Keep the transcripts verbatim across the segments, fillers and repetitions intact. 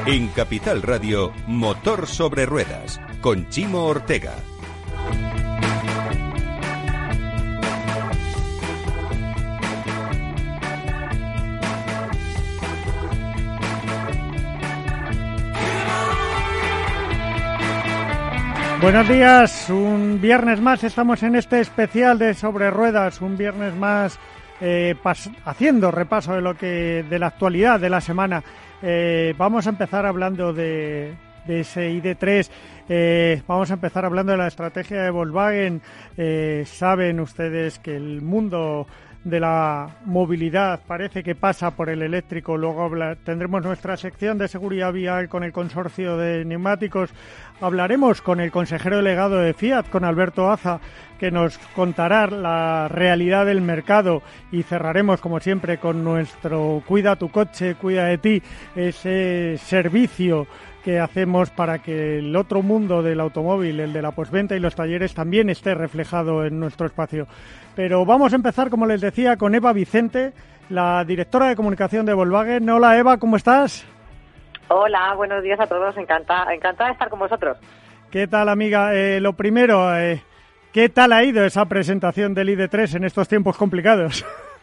En Capital Radio, Motor sobre Ruedas, con Chimo Ortega. Buenos días, un viernes más estamos en este especial de Sobre Ruedas, un viernes más eh, pas- haciendo repaso de lo que de la actualidad de la semana. Eh, vamos a empezar hablando de, de ese I D tres, eh, vamos a empezar hablando de la estrategia de Volkswagen. Eh, saben ustedes que el mundo de la movilidad parece que pasa por el eléctrico. Luego habla, tendremos nuestra sección de seguridad vial con el consorcio de neumáticos. Hablaremos con el consejero delegado de Fiat, con Alberto Aza, que nos contará la realidad del mercado, y cerraremos, como siempre, con nuestro Cuida tu coche, cuida de ti, ese servicio que hacemos para que el otro mundo del automóvil, el de la postventa y los talleres, también esté reflejado en nuestro espacio. Pero vamos a empezar, como les decía, con Eva Vicente, la directora de comunicación de Volkswagen. Hola, Eva, ¿cómo estás? Hola, buenos días a todos. Encantada, encantada de estar con vosotros. ¿Qué tal, amiga? Eh, lo primero, eh, ¿qué tal ha ido esa presentación del I D tres en estos tiempos complicados?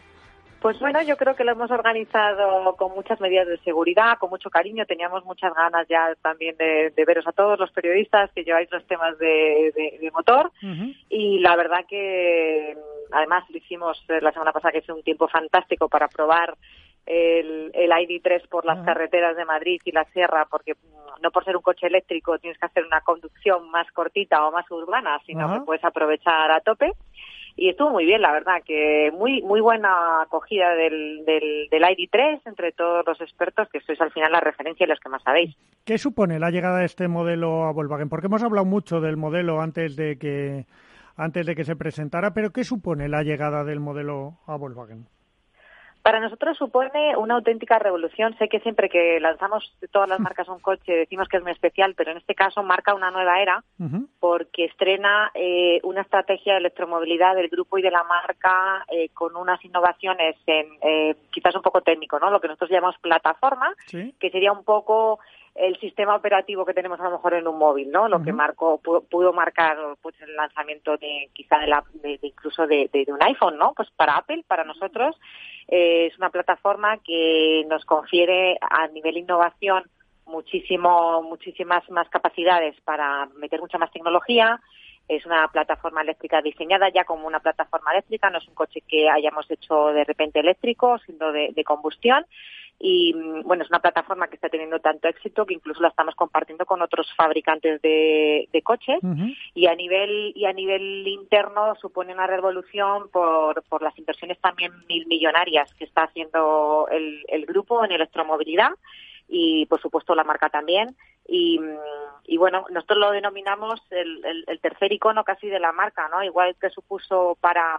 Pues bueno, yo creo que lo hemos organizado con muchas medidas de seguridad, con mucho cariño. Teníamos muchas ganas ya también de, de veros a todos los periodistas que lleváis los temas de, de, de motor. Uh-huh. Y la verdad que además lo hicimos la semana pasada, que fue un tiempo fantástico para probar el, el I D tres por las uh-huh. carreteras de Madrid y la Sierra, porque no por ser un coche eléctrico tienes que hacer una conducción más cortita o más urbana, sino uh-huh. que puedes aprovechar a tope. Y estuvo muy bien, la verdad, que muy muy buena acogida del, del, del I D tres entre todos los expertos, que sois al final la referencia y los que más sabéis. ¿Qué supone la llegada de este modelo a Volkswagen? Porque hemos hablado mucho del modelo antes de que antes de que se presentara, pero ¿qué supone la llegada del modelo a Volkswagen? Para nosotros supone una auténtica revolución. Sé que siempre que lanzamos todas las marcas un coche decimos que es muy especial, pero en este caso marca una nueva era uh-huh. porque estrena eh, una estrategia de electromovilidad del grupo y de la marca eh, con unas innovaciones en eh, quizás un poco técnico, ¿no? Lo que nosotros llamamos plataforma, ¿sí? Que sería un poco el sistema operativo que tenemos a lo mejor en un móvil, ¿no? Lo uh-huh. que marcó pudo, pudo marcar pues el lanzamiento de quizá de, la, de, de incluso de, de, de un iPhone, ¿no? Pues para Apple, para nosotros eh, es una plataforma que nos confiere a nivel innovación muchísimo muchísimas más capacidades para meter mucha más tecnología. Es una plataforma eléctrica diseñada ya como una plataforma eléctrica, no es un coche que hayamos hecho de repente eléctrico, sino de, de combustión. Y bueno, es una plataforma que está teniendo tanto éxito que incluso la estamos compartiendo con otros fabricantes de, de coches. Uh-huh. y a nivel y a nivel interno supone una revolución por, por las inversiones también mil millonarias que está haciendo el, el grupo en electromovilidad y por supuesto la marca también. Y, y bueno, nosotros lo denominamos el, el, el tercer icono casi de la marca, ¿no? Igual que supuso para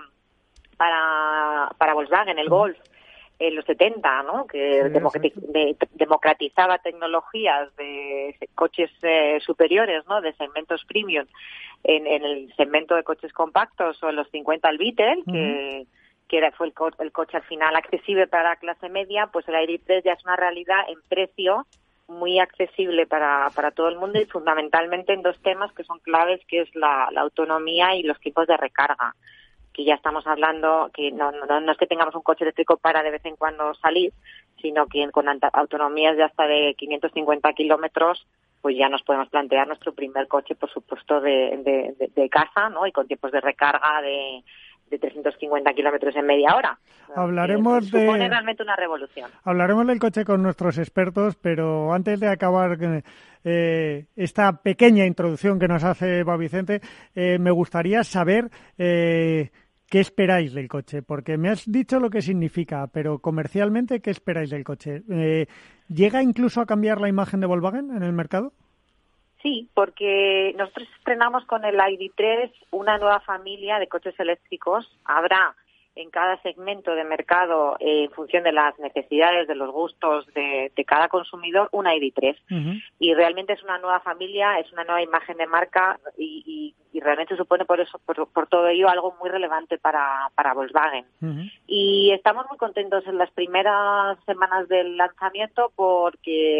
para para Volkswagen el Golf en los setenta, ¿no? Que sí, democrati- sí, sí. De, democratizaba tecnologías de coches eh, superiores, ¿no? De segmentos premium en, en el segmento de coches compactos, o en los cincuenta el Beetle, uh-huh. que que era, fue el, co- el coche al final accesible para la clase media. Pues el I D tres ya es una realidad en precio muy accesible para, para todo el mundo y fundamentalmente en dos temas que son claves, que es la, la autonomía y los tiempos de recarga, que ya estamos hablando que no, no, no es que tengamos un coche eléctrico para de vez en cuando salir, sino que con autonomías de hasta de quinientos cincuenta kilómetros, pues ya nos podemos plantear nuestro primer coche, por supuesto, de, de, de, de casa, ¿no? Y con tiempos de recarga de, de trescientos cincuenta kilómetros en media hora. Hablaremos que supone de... realmente una revolución. Hablaremos del coche con nuestros expertos, pero antes de acabar eh, esta pequeña introducción que nos hace Eva Vicente, eh, me gustaría saber eh, qué esperáis del coche, porque me has dicho lo que significa, pero comercialmente, ¿qué esperáis del coche? Eh, ¿Llega incluso a cambiar la imagen de Volkswagen en el mercado? Sí, porque nosotros estrenamos con el I D tres una nueva familia de coches eléctricos. Habrá en cada segmento de mercado, eh, en función de las necesidades, de los gustos de, de cada consumidor, un I D tres. Uh-huh. Y realmente es una nueva familia, es una nueva imagen de marca y, y, y realmente supone por eso, por, por todo ello, algo muy relevante para, para Volkswagen. Uh-huh. Y estamos muy contentos en las primeras semanas del lanzamiento porque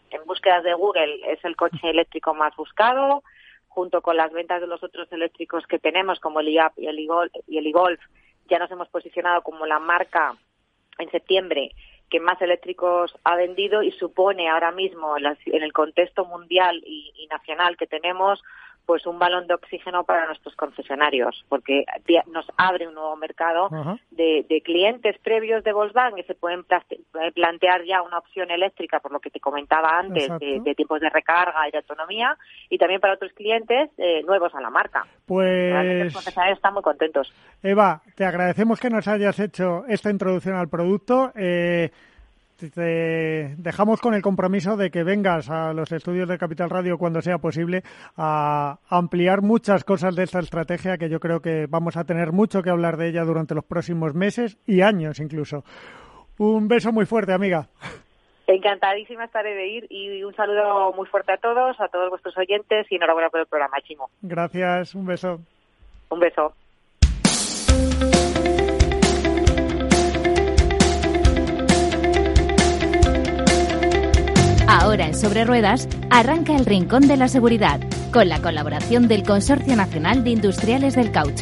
en búsquedas de Google es el coche eléctrico más buscado, junto con las ventas de los otros eléctricos que tenemos, como el i A P y el e-Golf, y el e-Golf, ya nos hemos posicionado como la marca en septiembre que más eléctricos ha vendido y supone ahora mismo en, la, en el contexto mundial y, y nacional que tenemos, pues un balón de oxígeno para nuestros concesionarios, porque nos abre un nuevo mercado de, de clientes previos de Volkswagen que se pueden plantear ya una opción eléctrica, por lo que te comentaba antes, de, de tiempos de recarga y de autonomía, y también para otros clientes eh, nuevos a la marca. Pues realmente los concesionarios están muy contentos. Eva, te agradecemos que nos hayas hecho esta introducción al producto. Eh, Te dejamos con el compromiso de que vengas a los estudios de Capital Radio cuando sea posible a ampliar muchas cosas de esta estrategia, que yo creo que vamos a tener mucho que hablar de ella durante los próximos meses y años incluso. Un beso muy fuerte, amiga. Encantadísima estaré de ir y un saludo muy fuerte a todos, a todos vuestros oyentes y enhorabuena por el programa, Chimo. Gracias, un beso. Un beso. Ahora en Sobre Ruedas arranca el Rincón de la Seguridad, con la colaboración del Consorcio Nacional de Industriales del Caucho.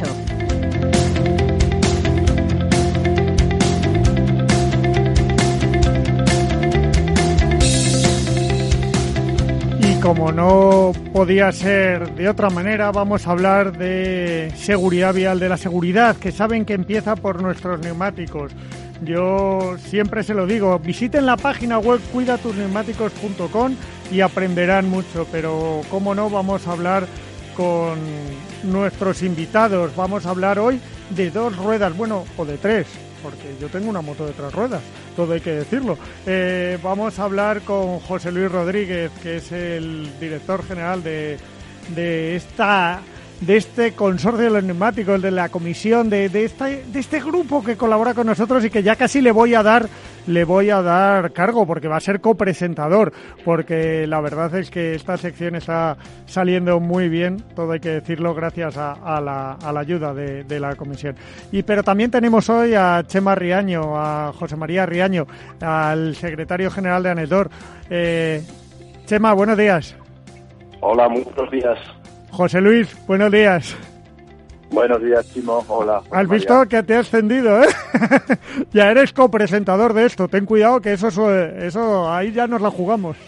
Y como no podía ser de otra manera, vamos a hablar de seguridad vial, de la seguridad, que saben que empieza por nuestros neumáticos. Yo siempre se lo digo, visiten la página web cuida tus neumáticos punto com y aprenderán mucho, pero cómo no, vamos a hablar con nuestros invitados. Vamos a hablar hoy de dos ruedas, bueno, o de tres, porque yo tengo una moto de tres ruedas, todo hay que decirlo. Eh, vamos a hablar con José Luis Rodríguez, que es el director general de, de esta... de este consorcio de los neumáticos, de la comisión, de, de, esta, de este grupo que colabora con nosotros y que ya casi le voy a dar le voy a dar cargo, porque va a ser copresentador, porque la verdad es que esta sección está saliendo muy bien, todo hay que decirlo, gracias a, a, la, a la ayuda de, de la comisión. Y pero también tenemos hoy a Chema Riaño, a José María Riaño, al secretario general de ANESDOR. Eh, Chema, buenos días. Hola, muy buenos días. José Luis, buenos días. Buenos días, Chimo. Hola. Has visto que te has ascendido, ¿eh? Ya eres copresentador de esto. Ten cuidado que eso, eso ahí ya nos la jugamos.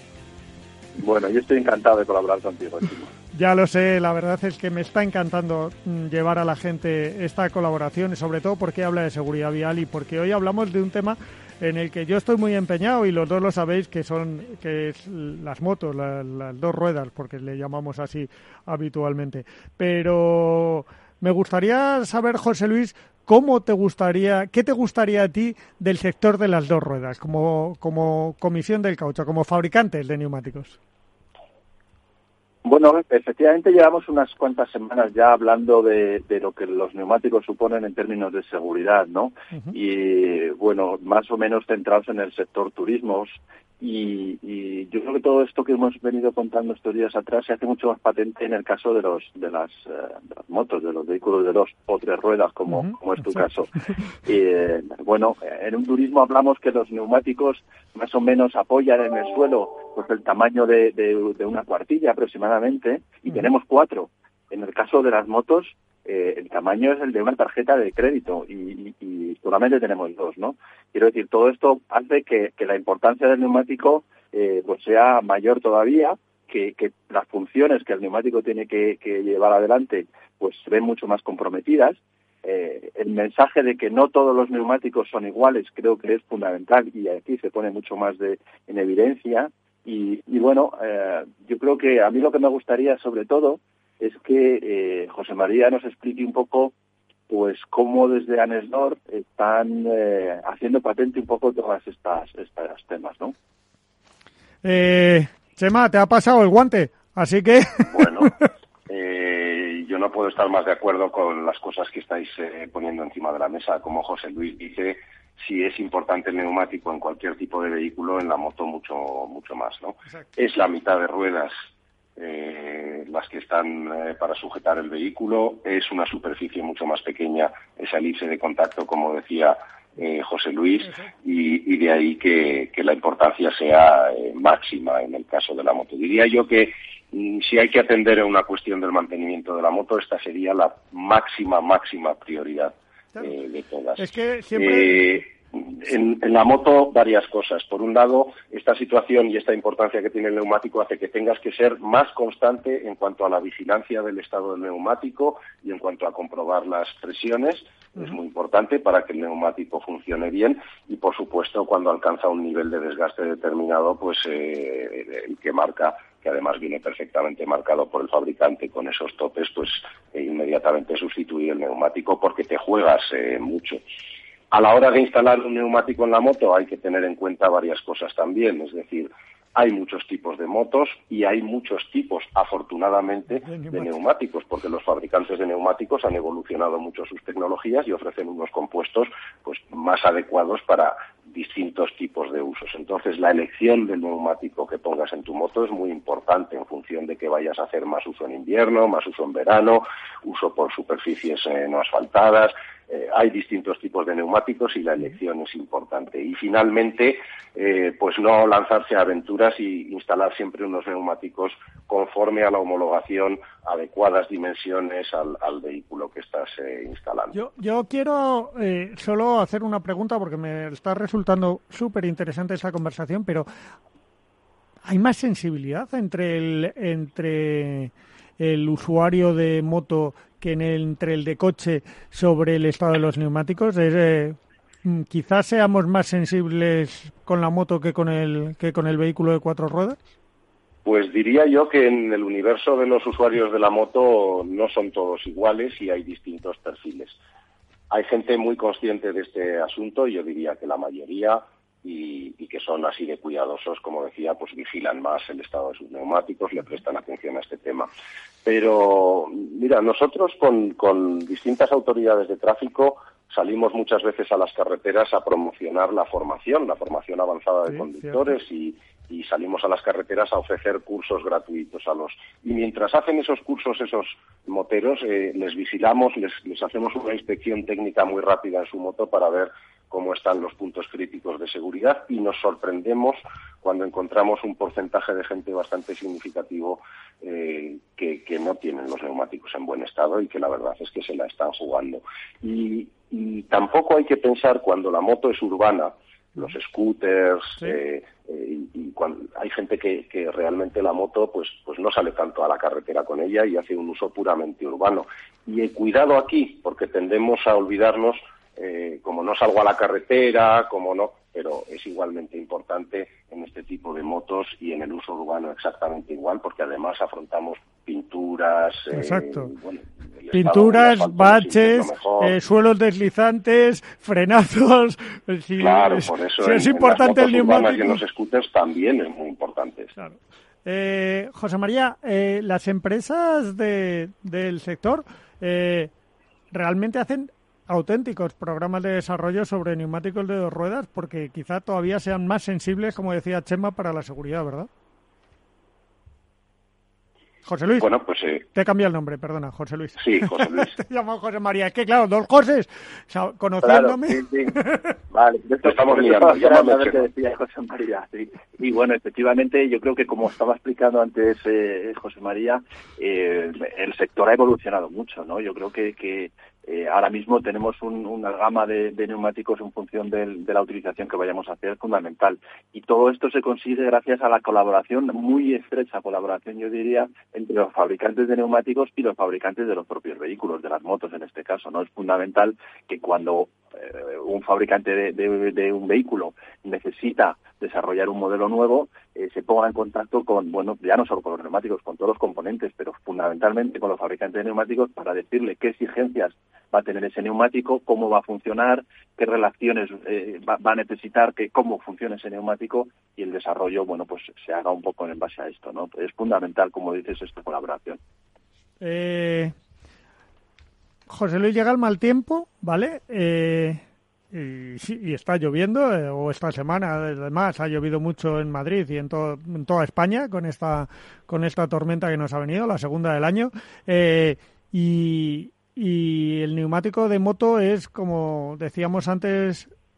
Bueno, yo estoy encantado de colaborar contigo, Chimo. Ya lo sé, la verdad es que me está encantando llevar a la gente esta colaboración, y sobre todo porque habla de seguridad vial y porque hoy hablamos de un tema en el que yo estoy muy empeñado y los dos lo sabéis, que son que es las motos, la, las dos ruedas, porque le llamamos así habitualmente. Pero me gustaría saber, José Luis, ¿cómo te gustaría, qué te gustaría a ti del sector de las dos ruedas, como, como Comisión del Caucho, como fabricantes de neumáticos? Bueno, efectivamente llevamos unas cuantas semanas ya hablando de, de lo que los neumáticos suponen en términos de seguridad, ¿no? Uh-huh. Y, bueno, más o menos centrados en el sector turismos. Y, y yo creo que todo esto que hemos venido contando estos días atrás se hace mucho más patente en el caso de los de las, uh, de las motos, de los vehículos de dos o tres ruedas, como, uh-huh. como es tu caso. Y, eh, bueno, en un turismo hablamos que los neumáticos más o menos apoyan en el suelo pues el tamaño de, de, de una cuartilla aproximadamente, y uh-huh. tenemos cuatro. En el caso de las motos, eh, el tamaño es el de una tarjeta de crédito y, y, y solamente tenemos dos, ¿no? Quiero decir, todo esto hace que, que la importancia del neumático eh, pues sea mayor todavía, que, que las funciones que el neumático tiene que, que llevar adelante pues se ven mucho más comprometidas. Eh, el mensaje de que no todos los neumáticos son iguales creo que es fundamental y aquí se pone mucho más de en evidencia. Y, y bueno, eh, yo creo que a mí lo que me gustaría sobre todo es que eh, José María nos explique un poco pues cómo desde ANESDOR están eh, haciendo patente un poco todas estas estos temas, ¿no? Eh, Chema, te ha pasado el guante, así que... Bueno, eh, yo no puedo estar más de acuerdo con las cosas que estáis eh, poniendo encima de la mesa. Como José Luis dice, si es importante el neumático en cualquier tipo de vehículo, en la moto mucho mucho más, ¿no? Exacto. Es la mitad de ruedas eh, las que están eh, para sujetar el vehículo, es una superficie mucho más pequeña, esa elipse de contacto, como decía eh, José Luis, y, y de ahí que, que la importancia sea eh, máxima en el caso de la moto. Diría yo que mm, si hay que atender a una cuestión del mantenimiento de la moto, esta sería la máxima, máxima prioridad eh, de todas. Es que siempre... Eh, En, en la moto varias cosas. Por un lado, esta situación y esta importancia que tiene el neumático hace que tengas que ser más constante en cuanto a la vigilancia del estado del neumático y en cuanto a comprobar las presiones. Uh-huh. Es muy importante para que el neumático funcione bien y, por supuesto, cuando alcanza un nivel de desgaste determinado, pues eh, el que marca, que además viene perfectamente marcado por el fabricante con esos topes, pues eh, inmediatamente sustituir el neumático porque te juegas eh, mucho. A la hora de instalar un neumático en la moto hay que tener en cuenta varias cosas también, es decir, hay muchos tipos de motos y hay muchos tipos, afortunadamente, de neumáticos, porque los fabricantes de neumáticos han evolucionado mucho sus tecnologías y ofrecen unos compuestos pues más adecuados para distintos tipos de usos. Entonces, la elección del neumático que pongas en tu moto es muy importante en función de que vayas a hacer más uso en invierno, más uso en verano, uso por superficies eh, no asfaltadas. Eh, hay distintos tipos de neumáticos y la elección es importante. Y finalmente, eh, pues no lanzarse a aventuras y instalar siempre unos neumáticos conforme a la homologación, adecuadas dimensiones al, al vehículo que estás eh, instalando. Yo, yo quiero eh, solo hacer una pregunta porque me está resultando súper interesante esa conversación, pero ¿hay más sensibilidad entre el entre el usuario de moto que en el, entre el de coche sobre el estado de los neumáticos? Es, eh, quizás seamos más sensibles con la moto que con el que con el vehículo de cuatro ruedas. Pues diría yo que en el universo de los usuarios de la moto no son todos iguales y hay distintos perfiles. Hay gente muy consciente de este asunto, y yo diría que la mayoría, y, y que son así de cuidadosos, como decía, pues vigilan más el estado de sus neumáticos, le prestan atención a este tema. Pero, mira, nosotros con, con distintas autoridades de tráfico salimos muchas veces a las carreteras a promocionar la formación, la formación avanzada de sí, conductores y, y salimos a las carreteras a ofrecer cursos gratuitos a los... Y mientras hacen esos cursos esos moteros, eh, les vigilamos, les, les hacemos una inspección técnica muy rápida en su moto para ver cómo están los puntos críticos de seguridad y nos sorprendemos cuando encontramos un porcentaje de gente bastante significativo eh, que, que no tienen los neumáticos en buen estado y que la verdad es que se la están jugando. Y, y tampoco hay que pensar cuando la moto es urbana, los scooters, sí. eh, eh, y, y cuando hay gente que, que realmente la moto pues, pues no sale tanto a la carretera con ella y hace un uso puramente urbano. Y eh, cuidado aquí, porque tendemos a olvidarnos, eh, como no salgo a la carretera, como no, pero es igualmente importante en este tipo de motos y en el uso urbano exactamente igual, porque además afrontamos pinturas, exacto. Eh, bueno, pinturas, baches, eh, suelos deslizantes, frenazos. Si, claro, por eso si en, es importante en las motos el neumático. Y en los scooters también es muy importante. Claro. Eh, José María, eh, las empresas de, del sector eh, realmente hacen auténticos programas de desarrollo sobre neumáticos de dos ruedas, porque quizá todavía sean más sensibles, como decía Chema, para la seguridad, ¿verdad? José Luis. Bueno, pues... Eh... Te he cambiado el nombre, perdona, José Luis. Sí, José Luis. Te llamo José María. Es que, claro, dos Josés, o sea, conociéndome... Claro, sí, sí. Vale, esto estamos liando. Llámame a ver qué decía José María. Sí. Y bueno, efectivamente, yo creo que como estaba explicando antes eh, José María, eh, el sector ha evolucionado mucho, ¿no? Yo creo que... que Eh, ahora mismo tenemos un, una gama de, de neumáticos en función del, de la utilización que vayamos a hacer fundamental. Y todo esto se consigue gracias a la colaboración, muy estrecha colaboración, yo diría, entre los fabricantes de neumáticos y los fabricantes de los propios vehículos, de las motos en este caso, ¿no? Es fundamental que cuando eh, un fabricante de, de, de un vehículo necesita desarrollar un modelo nuevo, eh, se ponga en contacto con, bueno, ya no solo con los neumáticos, con todos los componentes, pero fundamentalmente con los fabricantes de neumáticos para decirle qué exigencias va a tener ese neumático, cómo va a funcionar, qué relaciones eh, va, va a necesitar, que cómo funciona ese neumático y el desarrollo, bueno, pues se haga un poco en base a esto, ¿no? Es fundamental, como dices, esta colaboración. Eh, José Luis, llega el mal tiempo, ¿vale? Eh, y, sí, y está lloviendo, eh, o esta semana, además, ha llovido mucho en Madrid y en, todo, en toda España con esta con esta tormenta que nos ha venido, la segunda del año. Eh, y... Y el neumático de moto es, como decíamos antes,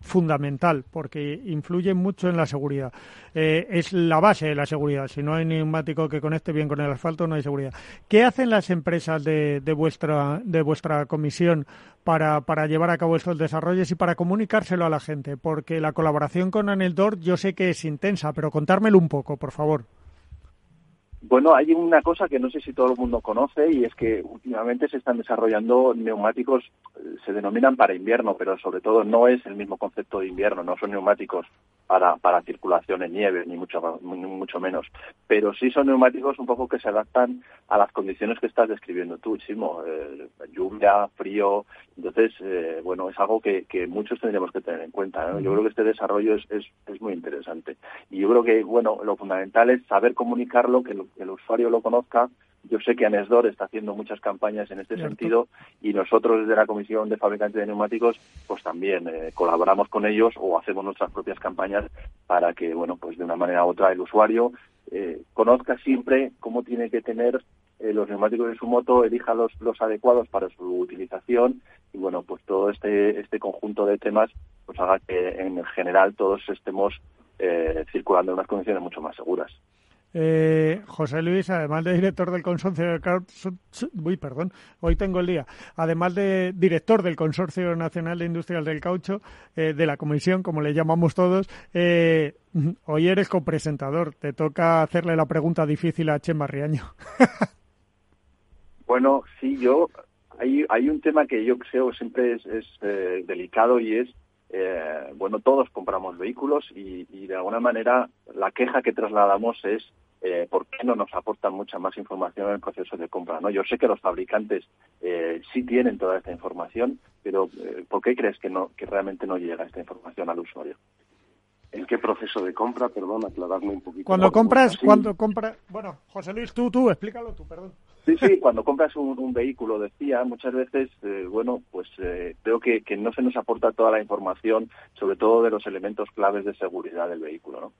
fundamental porque influye mucho en la seguridad. Eh, es la base de la seguridad. Si no hay neumático que conecte bien con el asfalto, no hay seguridad. ¿Qué hacen las empresas de, de vuestra de vuestra comisión para, para llevar a cabo estos desarrollos y para comunicárselo a la gente? Porque la colaboración con Aneldor yo sé que es intensa, pero contármelo un poco, por favor. Bueno, hay una cosa que no sé si todo el mundo conoce y es que últimamente se están desarrollando neumáticos, se denominan para invierno, pero sobre todo no es el mismo concepto de invierno, no son neumáticos para, para circulación en nieve, ni mucho, ni mucho menos, pero sí son neumáticos un poco que se adaptan a las condiciones que estás describiendo tú, Chimo, eh, lluvia, frío, entonces, eh, bueno, es algo que, que muchos tendríamos que tener en cuenta, ¿no? Yo creo que este desarrollo es, es, es muy interesante y yo creo que, bueno, lo fundamental es saber comunicarlo, que, lo, que el usuario lo conozca. Yo sé que Aneldor está haciendo muchas campañas en este Cierto. sentido y nosotros desde la Comisión de Fabricantes de Neumáticos pues también eh, colaboramos con ellos o hacemos nuestras propias campañas para que, bueno, pues de una manera u otra el usuario eh, conozca siempre cómo tiene que tener eh, los neumáticos de su moto, elija los, los adecuados para su utilización y, bueno, pues todo este, este conjunto de temas pues haga que en general todos estemos eh, circulando en unas condiciones mucho más seguras. Eh, José Luis, además de director del consorcio del caucho, uy, perdón, hoy tengo el día, además de director del Consorcio Nacional de Industrias del Caucho, eh, de la comisión, como le llamamos todos, eh, hoy eres copresentador, te toca hacerle la pregunta difícil a Chema Riaño. Bueno, sí, yo, hay, hay un tema que yo creo siempre es, es eh, delicado y es, eh, bueno, todos compramos vehículos y, y de alguna manera la queja que trasladamos es Eh, ¿por qué no nos aportan mucha más información en el proceso de compra? ¿No? Yo sé que los fabricantes eh, sí tienen toda esta información, pero eh, ¿por qué crees que no que realmente no llega esta información al usuario? ¿En qué proceso de compra? Perdón, aclararme un poquito. Cuando compras, sí. cuando compras, bueno, José Luis, tú, tú, explícalo tú, perdón. Sí, sí, cuando compras un, un vehículo, decía, muchas veces, eh, bueno, pues eh, creo que, que no se nos aporta toda la información, sobre todo de los elementos claves de seguridad del vehículo, ¿no?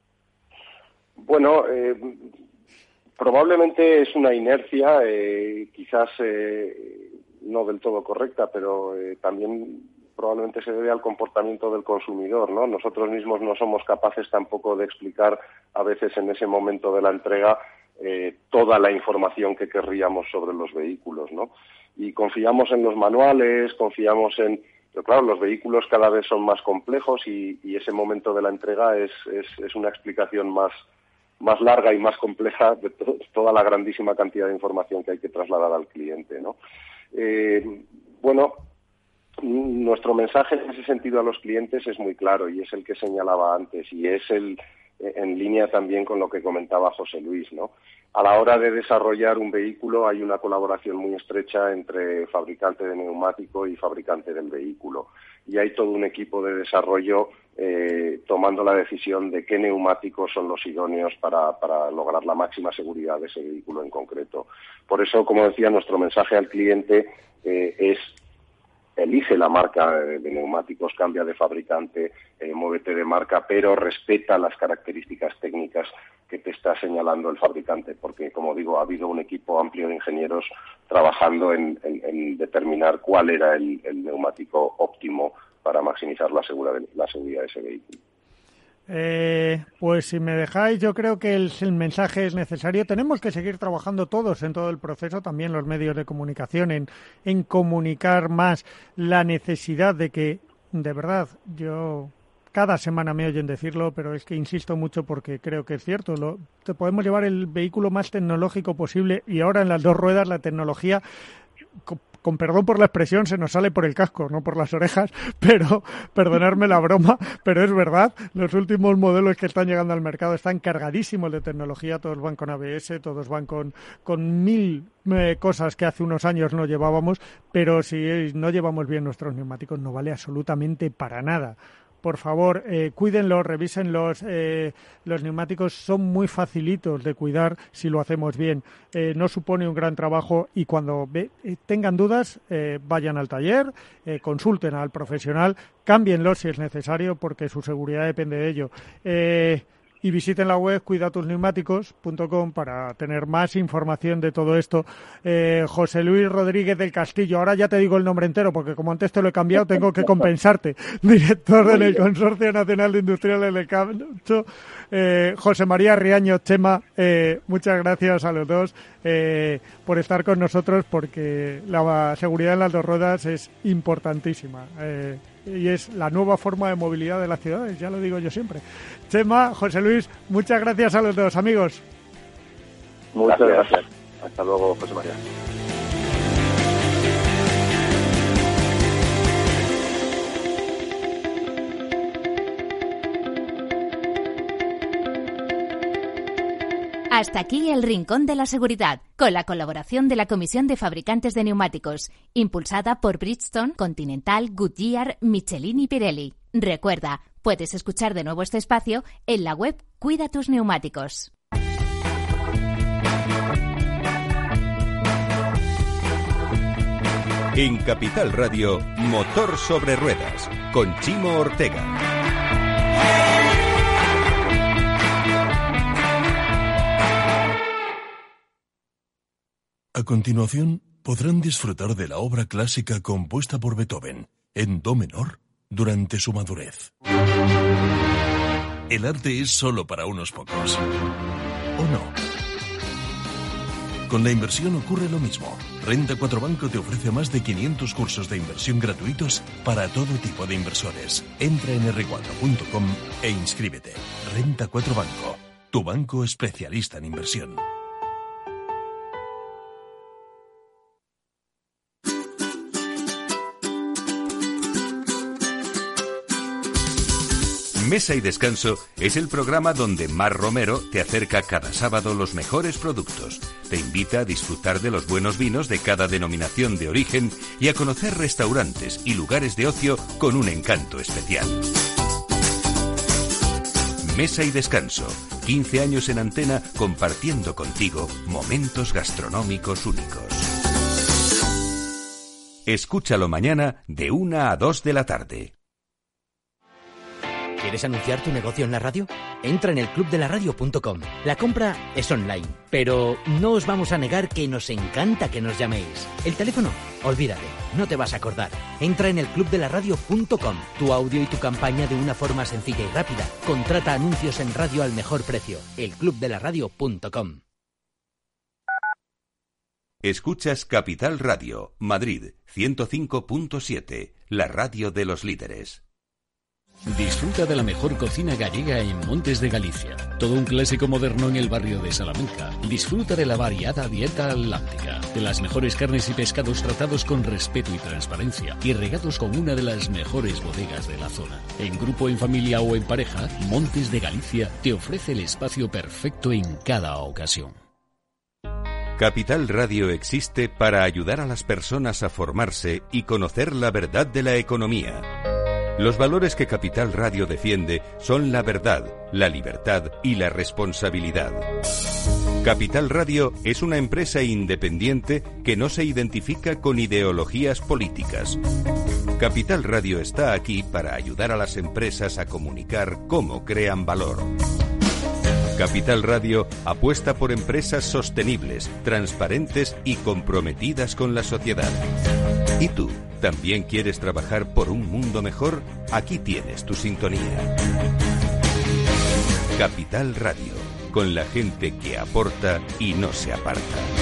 Bueno, eh, probablemente es una inercia, eh, quizás eh, no del todo correcta, pero eh, también probablemente se debe al comportamiento del consumidor, ¿no? Nosotros mismos no somos capaces tampoco de explicar a veces en ese momento de la entrega eh, toda la información que querríamos sobre los vehículos, ¿no? Y confiamos en los manuales, confiamos en... Pero claro, los vehículos cada vez son más complejos y, y ese momento de la entrega es, es, es una explicación más... más larga y más compleja de to- toda la grandísima cantidad de información que hay que trasladar al cliente, ¿no? Eh, bueno, nuestro mensaje en ese sentido a los clientes es muy claro y es el que señalaba antes y es el en línea también con lo que comentaba José Luis, ¿no? A la hora de desarrollar un vehículo hay una colaboración muy estrecha entre fabricante de neumático y fabricante del vehículo y hay todo un equipo de desarrollo eh, tomando la decisión de qué neumáticos son los idóneos para, para lograr la máxima seguridad de ese vehículo en concreto. Por eso, como decía, nuestro mensaje al cliente eh, es elige la marca de neumáticos, cambia de fabricante, eh, muévete de marca, pero respeta las características técnicas que te está señalando el fabricante, porque, como digo, ha habido un equipo amplio de ingenieros trabajando en, en, en determinar cuál era el, el neumático óptimo para maximizar la, segura de, la seguridad de ese vehículo. Eh, pues si me dejáis, yo creo que el, el mensaje es necesario. Tenemos que seguir trabajando todos en todo el proceso, también los medios de comunicación, en, en comunicar más la necesidad de que, de verdad, yo cada semana me oyen decirlo, pero es que insisto mucho porque creo que es cierto. Lo, te podemos llevar el vehículo más tecnológico posible y ahora en las dos ruedas la tecnología... Con, con perdón por la expresión, se nos sale por el casco, no por las orejas, pero perdonadme la broma, pero es verdad, los últimos modelos que están llegando al mercado están cargadísimos de tecnología, todos van con A B S, todos van con, con mil eh, cosas que hace unos años no llevábamos, pero si no llevamos bien nuestros neumáticos no vale absolutamente para nada. Por favor, eh, cuídenlos, revísenlos. Eh, los neumáticos son muy facilitos de cuidar si lo hacemos bien. Eh, no supone un gran trabajo y cuando ve, eh, tengan dudas, eh, vayan al taller, eh, consulten al profesional, cámbienlos si es necesario porque su seguridad depende de ello. Eh, y visiten la web cuida tus neumáticos punto com para tener más información de todo esto. Eh, José Luis Rodríguez del Castillo, ahora ya te digo el nombre entero porque como antes te lo he cambiado tengo que compensarte, director del Consorcio Nacional de Industriales del Caucho. Eh, José María Riaño, Chema, eh, muchas gracias a los dos eh, por estar con nosotros, porque la seguridad en las dos ruedas es importantísima eh, y es la nueva forma de movilidad de las ciudades, ya lo digo yo siempre. Chema, José Luis, muchas gracias a los dos, amigos. Muchas gracias. gracias. Hasta luego, José María. Hasta aquí el Rincón de la Seguridad, con la colaboración de la Comisión de Fabricantes de Neumáticos, impulsada por Bridgestone, Continental, Goodyear, Michelin y Pirelli. Recuerda, puedes escuchar de nuevo este espacio en la web Cuida tus Neumáticos. En Capital Radio, Motor sobre Ruedas, con Chimo Ortega. A continuación, podrán disfrutar de la obra clásica compuesta por Beethoven, en do menor, durante su madurez. El arte es solo para unos pocos. ¿O no? Con la inversión ocurre lo mismo. Renta cuatro Banco te ofrece más de quinientos cursos de inversión gratuitos para todo tipo de inversores. Entra en erre cuatro punto com e inscríbete. Renta cuatro Banco, tu banco especialista en inversión. Mesa y Descanso es el programa donde Mar Romero te acerca cada sábado los mejores productos. Te invita a disfrutar de los buenos vinos de cada denominación de origen y a conocer restaurantes y lugares de ocio con un encanto especial. Mesa y Descanso, quince años en antena compartiendo contigo momentos gastronómicos únicos. Escúchalo mañana de una a dos de la tarde. ¿Quieres anunciar tu negocio en la radio? Entra en el club de la radio punto com. La compra es online, pero no os vamos a negar que nos encanta que nos llaméis. El teléfono, olvídate, no te vas a acordar. Entra en el club de la radio punto com. Tu audio y tu campaña de una forma sencilla y rápida. Contrata anuncios en radio al mejor precio. el club de la radio punto com. Escuchas Capital Radio, Madrid, ciento cinco punto siete, la radio de los líderes. Disfruta de la mejor cocina gallega en Montes de Galicia. Todo un clásico moderno en el barrio de Salamanca. Disfruta de la variada dieta atlántica, de las mejores carnes y pescados tratados con respeto y transparencia y regados con una de las mejores bodegas de la zona. En grupo, en familia o en pareja, Montes de Galicia te ofrece el espacio perfecto en cada ocasión. Capital Radio existe para ayudar a las personas a formarse y conocer la verdad de la economía. Los valores que Capital Radio defiende son la verdad, la libertad y la responsabilidad. Capital Radio es una empresa independiente que no se identifica con ideologías políticas. Capital Radio está aquí para ayudar a las empresas a comunicar cómo crean valor. Capital Radio apuesta por empresas sostenibles, transparentes y comprometidas con la sociedad. ¿Y tú? ¿También quieres trabajar por un mundo mejor? Aquí tienes tu sintonía. Capital Radio, con la gente que aporta y no se aparta.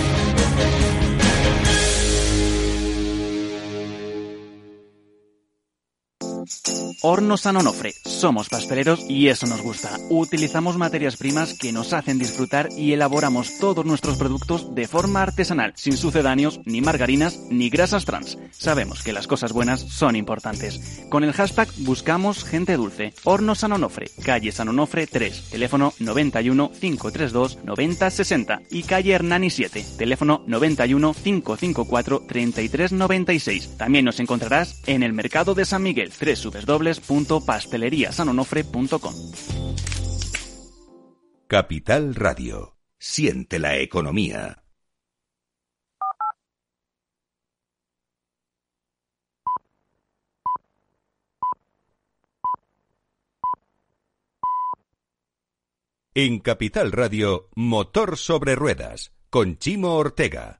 Hornos San Onofre. Somos pasteleros y eso nos gusta. Utilizamos materias primas que nos hacen disfrutar y elaboramos todos nuestros productos de forma artesanal, sin sucedáneos, ni margarinas, ni grasas trans. Sabemos que las cosas buenas son importantes. Con el hashtag buscamos gente dulce. Hornos San Onofre, calle San Onofre tres, teléfono noventa y uno, cinco treinta y dos, noventa sesenta y calle Hernani siete, teléfono noventa y uno, cinco cincuenta y cuatro, treinta y tres noventa y seis. También nos encontrarás en el mercado de San Miguel, doble u doble u doble u punto pastelería san onofre punto com. Capital Radio. Siente la economía. En Capital Radio, Motor sobre Ruedas, con Chimo Ortega.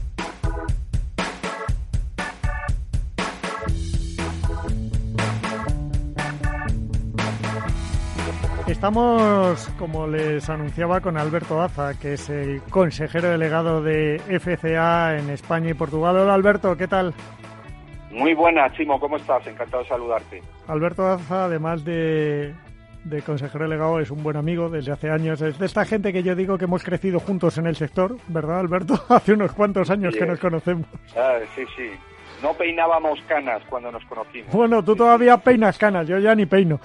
Estamos, como les anunciaba, con Alberto Daza, que es el consejero delegado de F C A en España y Portugal. Hola, Alberto, ¿qué tal? Muy buena, Chimo, ¿cómo estás? Encantado de saludarte. Alberto Daza, además de, de consejero delegado, es un buen amigo desde hace años. Es de esta gente que yo digo que hemos crecido juntos en el sector, ¿verdad, Alberto? Hace unos cuantos años sí, que nos conocemos. Ah, sí, sí. No peinábamos canas cuando nos conocimos. Bueno, tú todavía peinas canas, yo ya ni peino.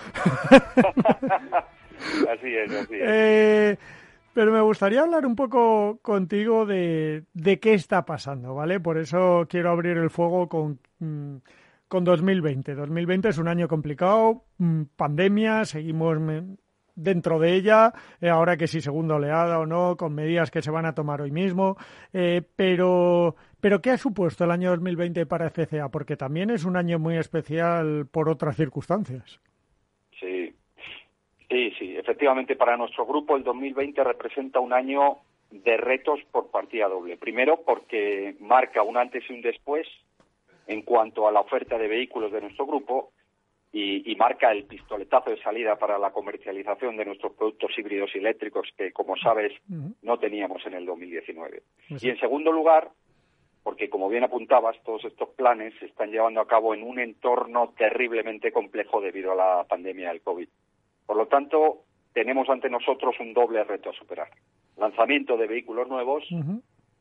Así es, así es. Eh, pero me gustaría hablar un poco contigo de, de qué está pasando, ¿vale? Por eso quiero abrir el fuego con, con dos mil veinte. dos mil veinte es un año complicado, pandemia, seguimos dentro de ella, eh, ahora que si segunda oleada o no, con medidas que se van a tomar hoy mismo, eh, pero... Pero ¿qué ha supuesto el año dos mil veinte para F C A? Porque también es un año muy especial por otras circunstancias. Sí, sí, sí. Efectivamente, para nuestro grupo el dos mil veinte representa un año de retos por partida doble. Primero, porque marca un antes y un después en cuanto a la oferta de vehículos de nuestro grupo y, y marca el pistoletazo de salida para la comercialización de nuestros productos híbridos y eléctricos que, como sabes, uh-huh. no teníamos en el dos mil diecinueve. Uh-huh. Y en segundo lugar, porque como bien apuntabas, todos estos planes se están llevando a cabo en un entorno terriblemente complejo debido a la pandemia del COVID. Por lo tanto, tenemos ante nosotros un doble reto a superar. Lanzamiento de vehículos nuevos uh-huh.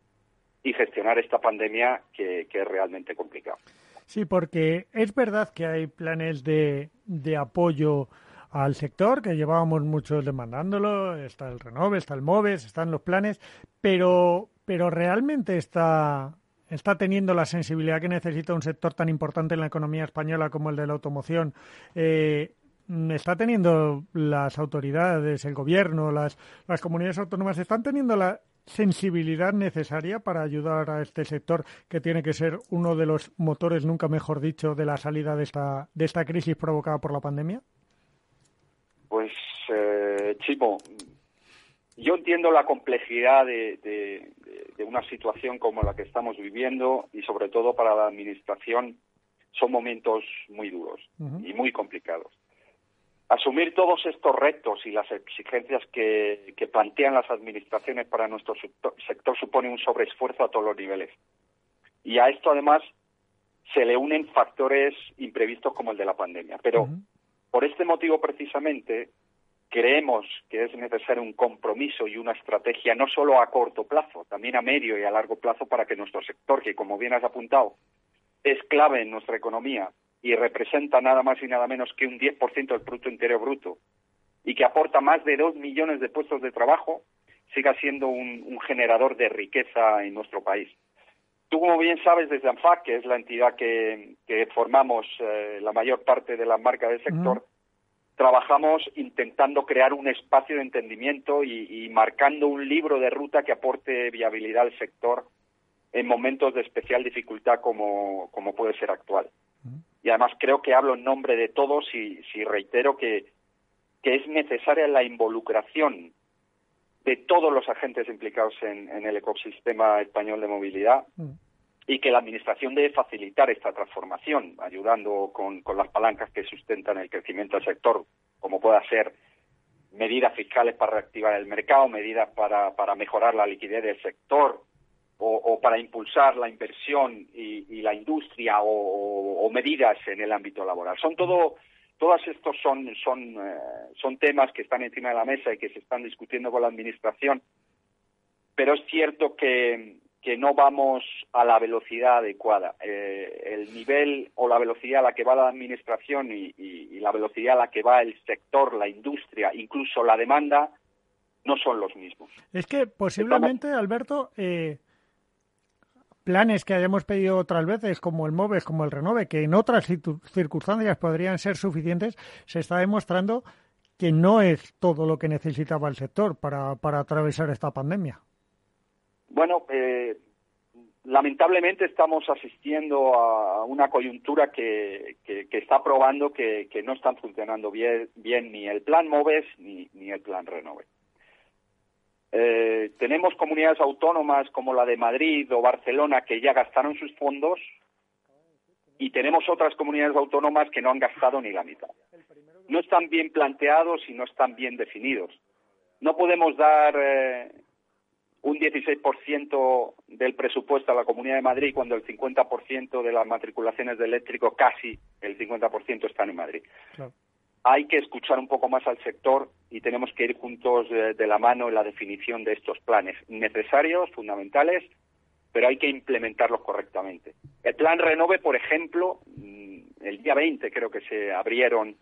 y gestionar esta pandemia que, que es realmente complicado. Sí, porque es verdad que hay planes de, de apoyo al sector, que llevábamos muchos demandándolo, está el Renove, está el Moves, están los planes, pero, pero realmente está... está teniendo la sensibilidad que necesita un sector tan importante en la economía española como el de la automoción. Eh, está teniendo las autoridades, el gobierno, las, las comunidades autónomas, están teniendo la sensibilidad necesaria para ayudar a este sector que tiene que ser uno de los motores, nunca mejor dicho, de la salida de esta, de esta crisis provocada por la pandemia. Pues, eh, Chimo, yo entiendo la complejidad de, de, de una situación como la que estamos viviendo y sobre todo para la administración son momentos muy duros uh-huh. y muy complicados. Asumir todos estos retos y las exigencias que, que plantean las administraciones para nuestro sector, sector supone un sobreesfuerzo a todos los niveles. Y a esto además se le unen factores imprevistos como el de la pandemia. Pero uh-huh. por este motivo precisamente creemos que es necesario un compromiso y una estrategia no solo a corto plazo, también a medio y a largo plazo para que nuestro sector, que como bien has apuntado, es clave en nuestra economía y representa nada más y nada menos que un diez por ciento del Producto Interior Bruto y que aporta más de dos millones de puestos de trabajo, siga siendo un, un generador de riqueza en nuestro país. Tú, como bien sabes, desde ANFAC, que es la entidad que, que formamos eh, la mayor parte de la marca del sector, uh-huh. trabajamos intentando crear un espacio de entendimiento y, y marcando un libro de ruta que aporte viabilidad al sector en momentos de especial dificultad como, como puede ser actual. Uh-huh. Y además creo que hablo en nombre de todos y si reitero que, que es necesaria la involucración de todos los agentes implicados en, en el ecosistema español de movilidad uh-huh. y que la Administración debe facilitar esta transformación, ayudando con, con las palancas que sustentan el crecimiento del sector, como pueda ser medidas fiscales para reactivar el mercado, medidas para, para mejorar la liquidez del sector, o, o para impulsar la inversión y, y la industria, o, o, o medidas en el ámbito laboral. Son todo, todos estos son, son, eh, son temas que están encima de la mesa y que se están discutiendo con la Administración, pero es cierto que que no vamos a la velocidad adecuada. Eh, el nivel o la velocidad a la que va la administración y, y, y la velocidad a la que va el sector, la industria, incluso la demanda, no son los mismos. Es que posiblemente, Estamos... Alberto, eh, planes que hayamos pedido otras veces, como el Moves, como el Renove, que en otras circunstancias podrían ser suficientes, se está demostrando que no es todo lo que necesitaba el sector para, para atravesar esta pandemia. Bueno, eh, lamentablemente estamos asistiendo a una coyuntura que, que, que está probando que, que no están funcionando bien, bien ni el plan Moves ni, ni el plan Renove. Eh, tenemos comunidades autónomas como la de Madrid o Barcelona que ya gastaron sus fondos y tenemos otras comunidades autónomas que no han gastado ni la mitad. No están bien planteados y no están bien definidos. No podemos dar eh, un dieciséis por ciento del presupuesto a la Comunidad de Madrid cuando el cincuenta por ciento de las matriculaciones de eléctrico, casi el cincuenta por ciento, están en Madrid. Claro. Hay que escuchar un poco más al sector y tenemos que ir juntos de, de la mano en la definición de estos planes necesarios, fundamentales, pero hay que implementarlos correctamente. El plan Renove, por ejemplo, el día veinte creo que se abrieron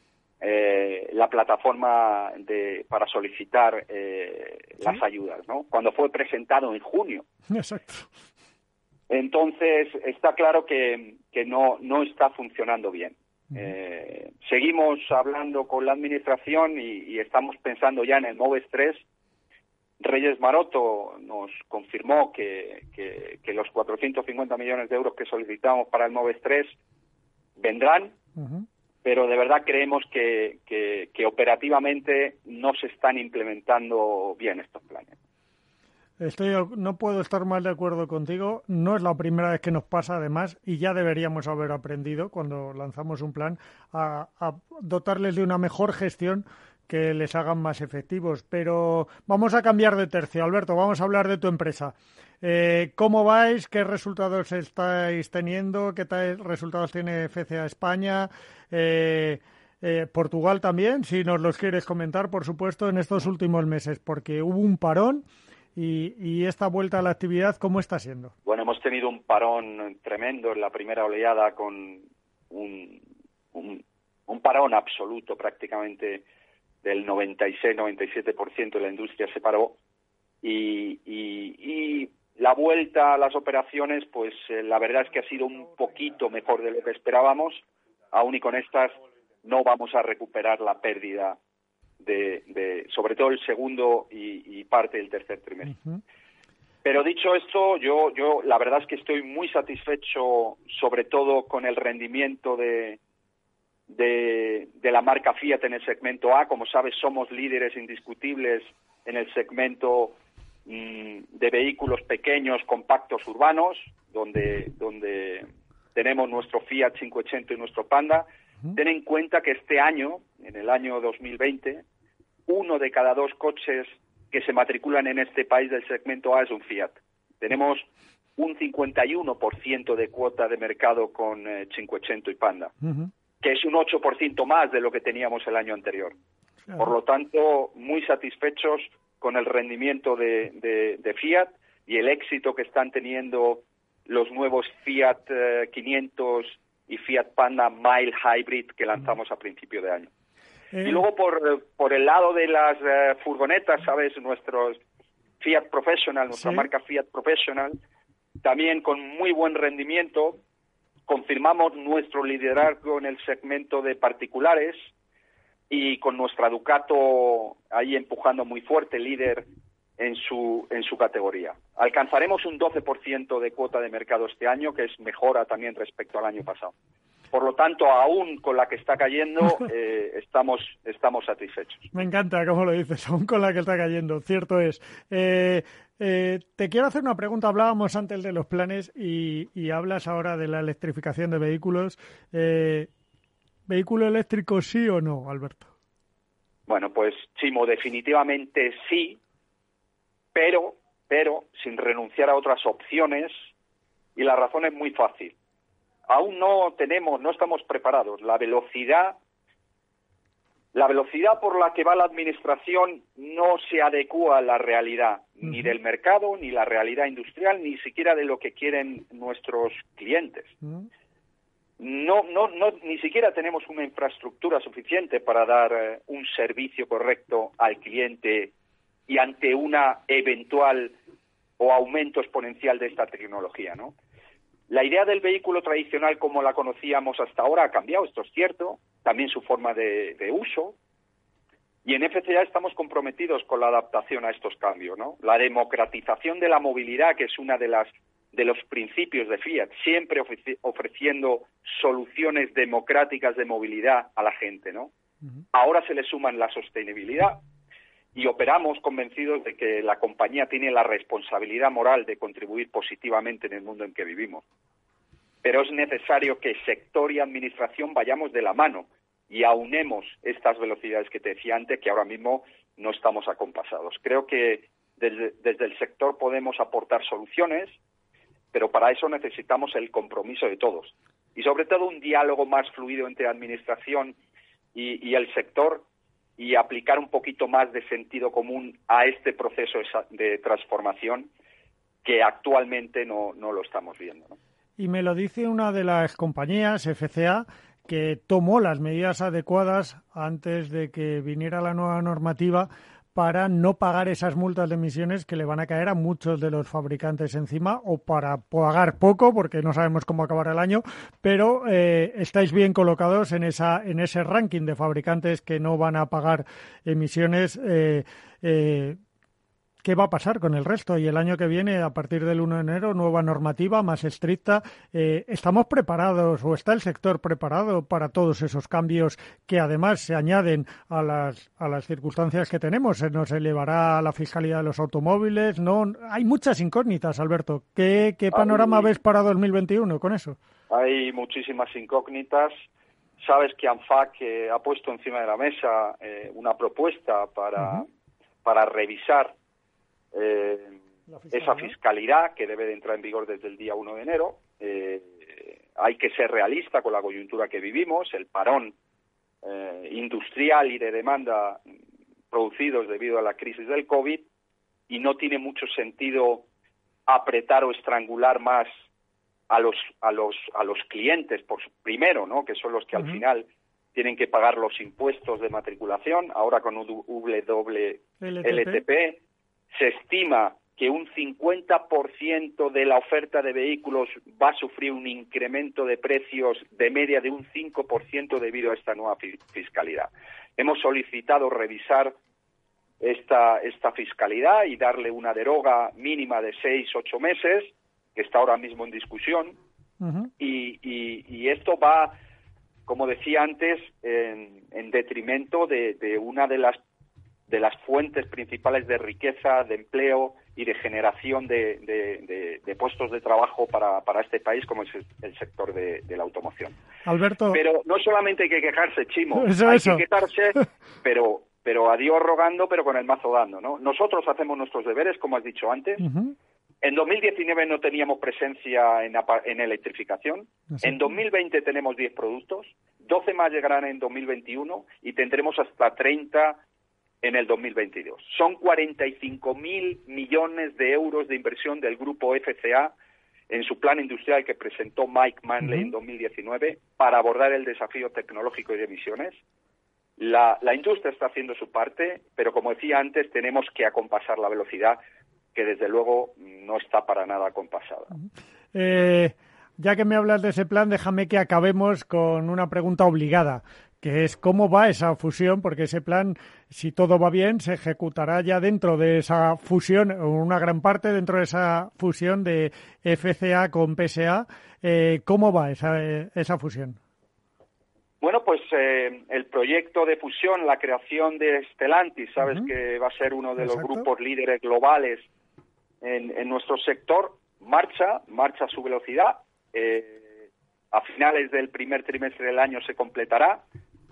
eh, la plataforma de, para solicitar eh, ¿Sí? las ayudas, ¿no? Cuando fue presentado en junio. Exacto. Entonces, está claro que, que no, no está funcionando bien. Eh, seguimos hablando con la administración y, y estamos pensando ya en el MOVES tres. Reyes Maroto nos confirmó que, que, que los cuatrocientos cincuenta millones de euros que solicitamos para el MOVES tres vendrán, uh-huh. pero de verdad creemos que, que, que operativamente no se están implementando bien estos planes. Estoy, no puedo estar más de acuerdo contigo. No es la primera vez que nos pasa, además, y ya deberíamos haber aprendido cuando lanzamos un plan a, a dotarles de una mejor gestión que les hagan más efectivos. Pero vamos a cambiar de tercio. Alberto, vamos a hablar de tu empresa. Eh, ¿Cómo vais? ¿Qué resultados estáis teniendo? ¿Qué tal resultados tiene F C A España? Eh, eh, Portugal también, si nos los quieres comentar, por supuesto, en estos últimos meses, porque hubo un parón. Y, y esta vuelta a la actividad, ¿cómo está siendo? Bueno, hemos tenido un parón tremendo en la primera oleada con un, un, un parón absoluto prácticamente del noventa y seis noventa y siete por ciento de la industria se paró y, y, y la vuelta a las operaciones, pues eh, la verdad es que ha sido un poquito mejor de lo que esperábamos. Aún y con estas no vamos a recuperar la pérdida De, de sobre todo el segundo y, y parte del tercer trimestre. Uh-huh. Pero dicho esto, yo yo la verdad es que estoy muy satisfecho, sobre todo con el rendimiento de, de, de la marca Fiat en el segmento A. Como sabes, somos líderes indiscutibles en el segmento mmm, de vehículos pequeños, compactos, urbanos, donde, donde tenemos nuestro Fiat quinientos ochenta y nuestro Panda. Uh-huh. Ten en cuenta que este año, en el año dos mil veinte, uno de cada dos coches que se matriculan en este país del segmento A es un Fiat. Tenemos un cincuenta y uno por ciento de cuota de mercado con eh, quinientos ochenta y Panda, uh-huh. que es un ocho por ciento más de lo que teníamos el año anterior. Claro. Por lo tanto, muy satisfechos con el rendimiento de, de, de Fiat y el éxito que están teniendo los nuevos Fiat eh, quinientos y Fiat Panda Mild Hybrid que lanzamos a principio de año. Eh. Y luego por, por el lado de las uh, furgonetas, ¿sabes? Nuestros Fiat Professional, nuestra ¿Sí? marca Fiat Professional, también con muy buen rendimiento. Confirmamos nuestro liderazgo en el segmento de particulares y con nuestra Ducato ahí empujando muy fuerte, líder en su en su categoría. Alcanzaremos un doce por ciento de cuota de mercado este año, que es mejora también respecto al año pasado. Por lo tanto, aún con la que está cayendo, eh, estamos estamos satisfechos. Me encanta cómo lo dices, aún con la que está cayendo, cierto es. Eh, eh, te quiero hacer una pregunta. Hablábamos antes de los planes y, y hablas ahora de la electrificación de vehículos. Eh, ¿Vehículo eléctrico sí o no, Alberto? Bueno, pues Chimo, definitivamente sí, pero, pero sin renunciar a otras opciones, y la razón es muy fácil. Aún no tenemos, no estamos preparados. La velocidad, la velocidad por la que va la administración no se adecua a la realidad, uh-huh. ni del mercado, ni la realidad industrial, ni siquiera de lo que quieren nuestros clientes. Uh-huh. No, no, no, ni siquiera tenemos una infraestructura suficiente para dar eh, un servicio correcto al cliente y ante una eventual o aumento exponencial de esta tecnología, ¿no? La idea del vehículo tradicional como la conocíamos hasta ahora ha cambiado, esto es cierto, también su forma de, de uso, y en F C A estamos comprometidos con la adaptación a estos cambios, ¿no? La democratización de la movilidad, que es una de las de los principios de Fiat, siempre ofreci- ofreciendo soluciones democráticas de movilidad a la gente, ¿no? Uh-huh. Ahora se le suman la sostenibilidad y operamos convencidos de que la compañía tiene la responsabilidad moral de contribuir positivamente en el mundo en que vivimos. Pero es necesario que sector y administración vayamos de la mano y aunemos estas velocidades que te decía antes, que ahora mismo no estamos acompasados. Creo que desde, desde el sector podemos aportar soluciones, pero para eso necesitamos el compromiso de todos. Y sobre todo un diálogo más fluido entre administración y, y el sector, y aplicar un poquito más de sentido común a este proceso de transformación que actualmente no, no lo estamos viendo, ¿no? Y me lo dice una de las compañías, F C A, que tomó las medidas adecuadas antes de que viniera la nueva normativa para no pagar esas multas de emisiones que le van a caer a muchos de los fabricantes encima, o para pagar poco, porque no sabemos cómo acabará el año, pero eh, estáis bien colocados en esa en ese ranking de fabricantes que no van a pagar emisiones. Eh, eh, ¿Qué va a pasar con el resto? Y el año que viene, a partir del uno de enero, nueva normativa más estricta. Eh, ¿Estamos preparados o está el sector preparado para todos esos cambios que además se añaden a las a las circunstancias que tenemos? ¿Se nos elevará la fiscalidad de los automóviles? No, hay muchas incógnitas, Alberto. ¿Qué, qué panorama hay, ves para dos mil veintiuno con eso? Hay muchísimas incógnitas. Sabes que ANFAC eh, ha puesto encima de la mesa eh, una propuesta para, uh-huh. para revisar Eh, esa fiscalidad que debe de entrar en vigor desde el día uno de enero. Eh, hay que ser realista con la coyuntura que vivimos, el parón eh, industrial y de demanda producidos debido a la crisis del COVID, y no tiene mucho sentido apretar o estrangular más a los a los a los clientes, por primero, ¿no?, que son los que uh-huh. al final tienen que pagar los impuestos de matriculación. Ahora con W L T P se estima que un cincuenta por ciento de la oferta de vehículos va a sufrir un incremento de precios de media de un cinco por ciento debido a esta nueva fiscalidad. Hemos solicitado revisar esta, esta fiscalidad y darle una deroga mínima de seis, ocho meses, que está ahora mismo en discusión, uh-huh. y, y, y esto va, como decía antes, en, en detrimento de, de una de las de las fuentes principales de riqueza, de empleo y de generación de, de, de, de puestos de trabajo para, para este país, como es el sector de, de la automoción. Alberto. Pero no solamente hay que quejarse, Chimo, eso, hay eso. que quejarse, pero, pero a Dios rogando, pero con el mazo dando, ¿no? Nosotros hacemos nuestros deberes, como has dicho antes. Uh-huh. En dos mil diecinueve no teníamos presencia en, en electrificación. Así. En dos mil veinte tenemos diez productos, doce más llegarán en dos mil veintiuno y tendremos hasta treinta en el dos mil veintidós. Son cuarenta y cinco mil millones de euros de inversión del grupo F C A en su plan industrial que presentó Mike Manley uh-huh. en dos mil diecinueve para abordar el desafío tecnológico y de emisiones. La, la industria está haciendo su parte, pero como decía antes, tenemos que acompasar la velocidad, que desde luego no está para nada acompasada. Uh-huh. Eh, ya que me hablas de ese plan, déjame que acabemos con una pregunta obligada, que es cómo va esa fusión, porque ese plan, si todo va bien, se ejecutará ya dentro de esa fusión, o una gran parte dentro de esa fusión de F C A con P S A. Eh, ¿Cómo va esa, esa fusión? Bueno, pues eh, el proyecto de fusión, la creación de Stellantis, sabes uh-huh. que va a ser uno de Exacto. los grupos líderes globales en, en nuestro sector, marcha, marcha a su velocidad. Eh, a finales del primer trimestre del año se completará.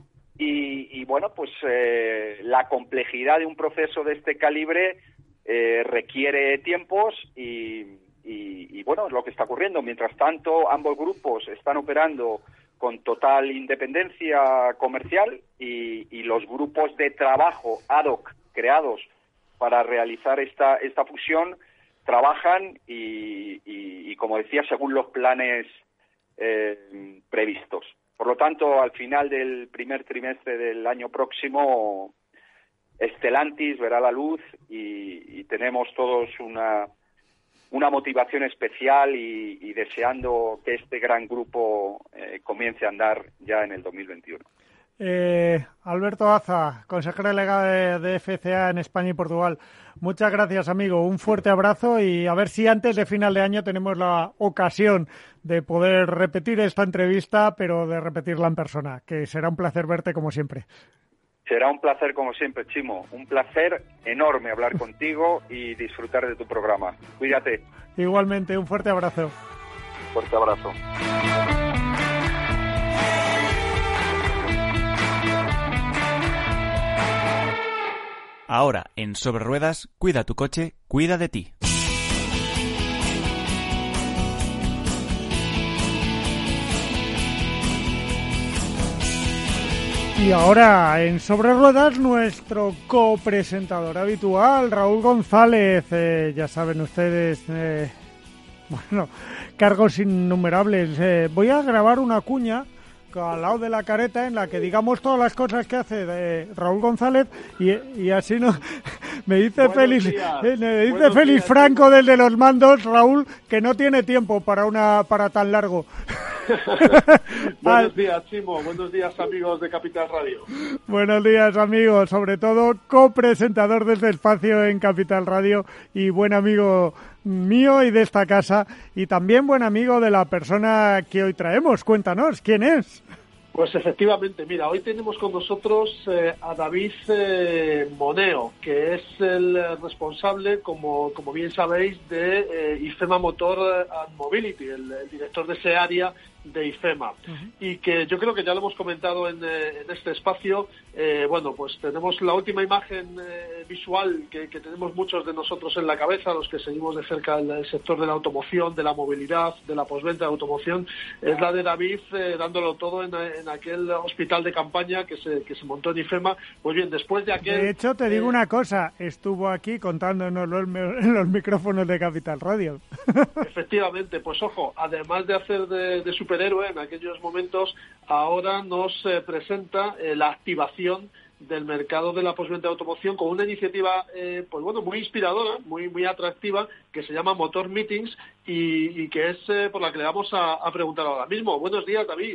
Y, y bueno, pues eh, la complejidad de un proceso de este calibre eh, requiere tiempos y, y, y bueno, es lo que está ocurriendo. Mientras tanto, ambos grupos están operando con total independencia comercial y, y los grupos de trabajo ad hoc creados para realizar esta, esta fusión trabajan y, y, y, como decía, según los planes eh, previstos. Por lo tanto, al final del primer trimestre del año próximo, Stellantis verá la luz y, y tenemos todos una, una motivación especial y, y deseando que este gran grupo eh, comience a andar ya en el dos mil veintiuno. Eh, Alberto Aza, consejero delegado de, de F C A en España y Portugal. Muchas gracias, amigo. Un fuerte abrazo y a ver si antes de final de año tenemos la ocasión de poder repetir esta entrevista, pero de repetirla en persona, que será un placer verte como siempre. Será un placer como siempre, Chimo. Un placer enorme hablar contigo y disfrutar de tu programa. Cuídate. Igualmente, un fuerte abrazo. Fuerte abrazo. Ahora, en Sobre Ruedas, cuida tu coche, cuida de ti. Y ahora, en Sobre Ruedas, nuestro copresentador habitual, Raúl González. Eh, ya saben ustedes, eh, bueno, cargos innumerables. Eh, voy a grabar una cuña al lado de la careta en la que digamos todas las cosas que hace de Raúl González y, y así no me dice Buenos Félix días. Eh, me dice Buenos Félix días, Franco tío. Desde los mandos, Raúl, que no tiene tiempo para una para tan largo. Buenos días, Chimo. Buenos días, amigos de Capital Radio. Buenos días, amigos. Sobre todo, copresentador de este espacio en Capital Radio y buen amigo mío y de esta casa y también buen amigo de la persona que hoy traemos. Cuéntanos, ¿quién es? Pues efectivamente, mira, hoy tenemos con nosotros eh, a David eh, Moneo, que es el responsable, como, como bien sabéis, de eh, IFEMA Motor and Mobility, el, el director de ese área de IFEMA. Uh-huh. Y que yo creo que ya lo hemos comentado en, eh, en este espacio. Eh, bueno, pues tenemos la última imagen eh, visual que, que tenemos muchos de nosotros en la cabeza, los que seguimos de cerca el, el sector de la automoción, de la movilidad, de la postventa de automoción, es la de David eh, dándolo todo en, en aquel hospital de campaña que se, que se montó en IFEMA. Pues bien, después de aquel... De hecho, te digo eh, una cosa, estuvo aquí contándonos en los micrófonos de Capital Radio. Efectivamente, pues ojo, además de hacer de, de superhéroe en aquellos momentos, ahora nos eh, presenta eh, la activación del mercado de la postventa de automoción con una iniciativa eh, pues bueno, muy inspiradora, muy muy atractiva, que se llama Motor Meetings y, y que es eh, por la que le vamos a, a preguntar ahora mismo. Buenos días, David.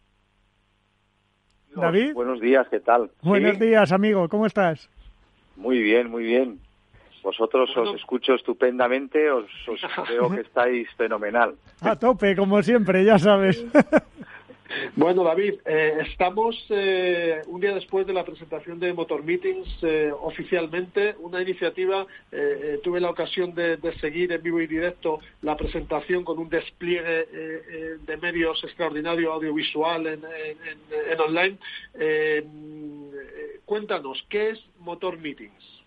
David. Buenos días, ¿qué tal? Buenos ¿Sí? días, amigo, ¿cómo estás? Muy bien, muy bien. Vosotros bueno. os escucho estupendamente, os, os veo que estáis fenomenal. A tope, como siempre, ya sabes. Bueno, David, eh, estamos eh, un día después de la presentación de Motor Meetings eh, oficialmente, una iniciativa, eh, eh, tuve la ocasión de, de seguir en vivo y directo la presentación con un despliegue eh, eh, de medios extraordinario audiovisual en, en, en, en online. Eh, eh, cuéntanos, ¿qué es Motor Meetings?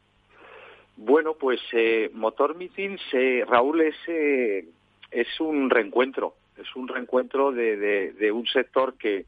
Bueno, pues eh, Motor Meetings, eh, Raúl, es, eh, es un reencuentro. Es un reencuentro de, de, de un sector que,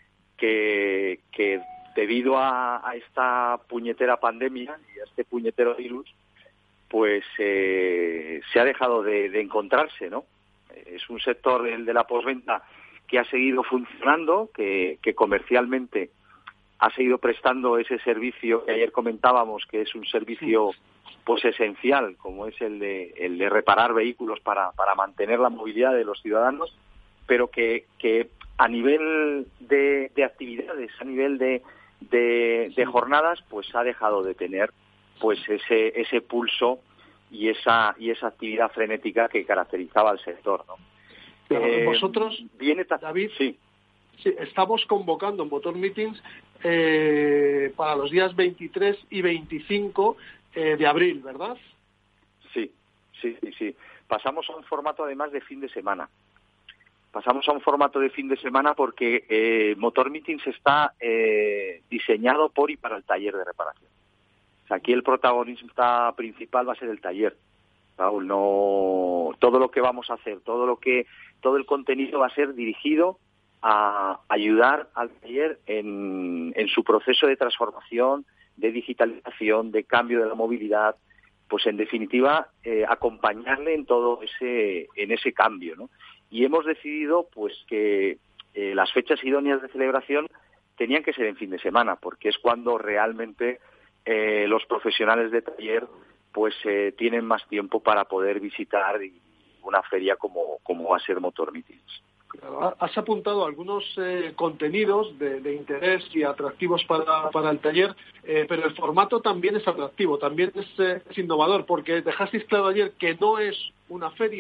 que, que debido a, a esta puñetera pandemia y a este puñetero virus, pues eh, se ha dejado de, de encontrarse, ¿no? Es un sector, el de la postventa, que ha seguido funcionando, que, que comercialmente ha seguido prestando ese servicio que ayer comentábamos, que es un servicio pues esencial, como es el de el de reparar vehículos para para mantener la movilidad de los ciudadanos, pero que que a nivel de, de actividades, a nivel de, de de jornadas, pues ha dejado de tener pues ese ese pulso y esa y esa actividad frenética que caracterizaba al sector, ¿no? Pero eh, vosotros, viene ta- David, sí. sí, estamos convocando Motor Meetings eh, para los días veintitrés y veinticinco eh, de abril, ¿verdad? Sí, sí, sí, sí. Pasamos a un formato además de fin de semana. Pasamos a un formato de fin de semana porque eh, Motor Meetings está eh, diseñado por y para el taller de reparación. O sea, aquí el protagonista principal va a ser el taller. Raúl, no, todo lo que vamos a hacer, todo lo que, todo el contenido va a ser dirigido a ayudar al taller en, en su proceso de transformación, de digitalización, de cambio de la movilidad, pues en definitiva eh, acompañarle en todo ese, en ese cambio, ¿no? Y hemos decidido pues que eh, las fechas idóneas de celebración tenían que ser en fin de semana, porque es cuando realmente eh, los profesionales de taller pues eh, tienen más tiempo para poder visitar una feria como, como va a ser Motor Meetings. Claro, has apuntado algunos eh, contenidos de, de interés y atractivos para, para el taller, eh, pero el formato también es atractivo, también es, eh, es innovador, porque dejasteis claro ayer que no es una feria,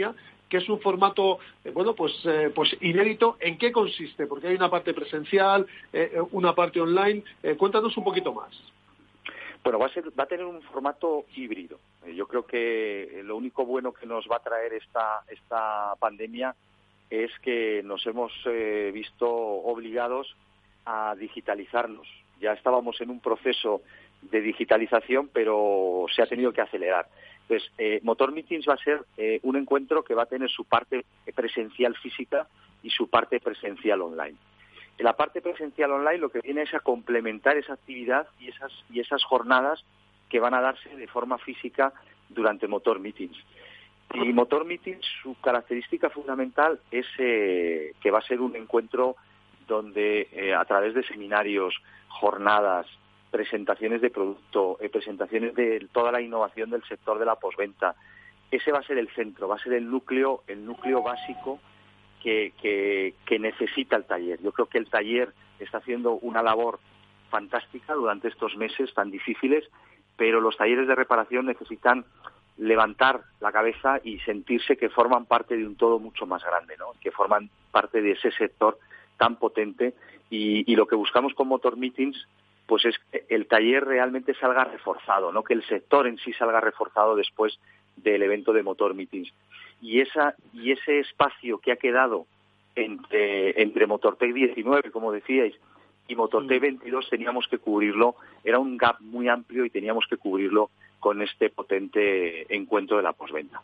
que es un formato, eh, bueno, pues, eh, pues inédito. ¿En qué consiste? Porque hay una parte presencial, eh, una parte online. Eh, cuéntanos un poquito más. Bueno, va a ser, va a tener un formato híbrido. Yo creo que lo único bueno que nos va a traer esta, esta pandemia es que nos hemos eh, visto obligados a digitalizarnos. Ya estábamos en un proceso de digitalización, pero se ha tenido que acelerar. Entonces, eh, Motor Meetings va a ser eh, un encuentro que va a tener su parte presencial física y su parte presencial online. En la parte presencial online lo que viene es a complementar esa actividad y esas, y esas jornadas que van a darse de forma física durante Motor Meetings. Y Motor Meetings, su característica fundamental es eh, que va a ser un encuentro donde eh, a través de seminarios, jornadas, presentaciones de producto, eh, presentaciones de toda la innovación del sector de la postventa, ese va a ser el centro, va a ser el núcleo, el núcleo básico que, que, que necesita el taller. Yo creo que el taller está haciendo una labor fantástica durante estos meses tan difíciles, pero los talleres de reparación necesitan levantar la cabeza y sentirse que forman parte de un todo mucho más grande, ¿no? Que forman parte de ese sector tan potente y, y lo que buscamos con Motor Meetings pues es que el taller realmente salga reforzado, no que el sector en sí salga reforzado después del evento de Motor Meetings. Y esa y ese espacio que ha quedado entre, entre Motortech diecinueve, como decíais, y Motortech veintidós teníamos que cubrirlo, era un gap muy amplio y teníamos que cubrirlo con este potente encuentro de la postventa.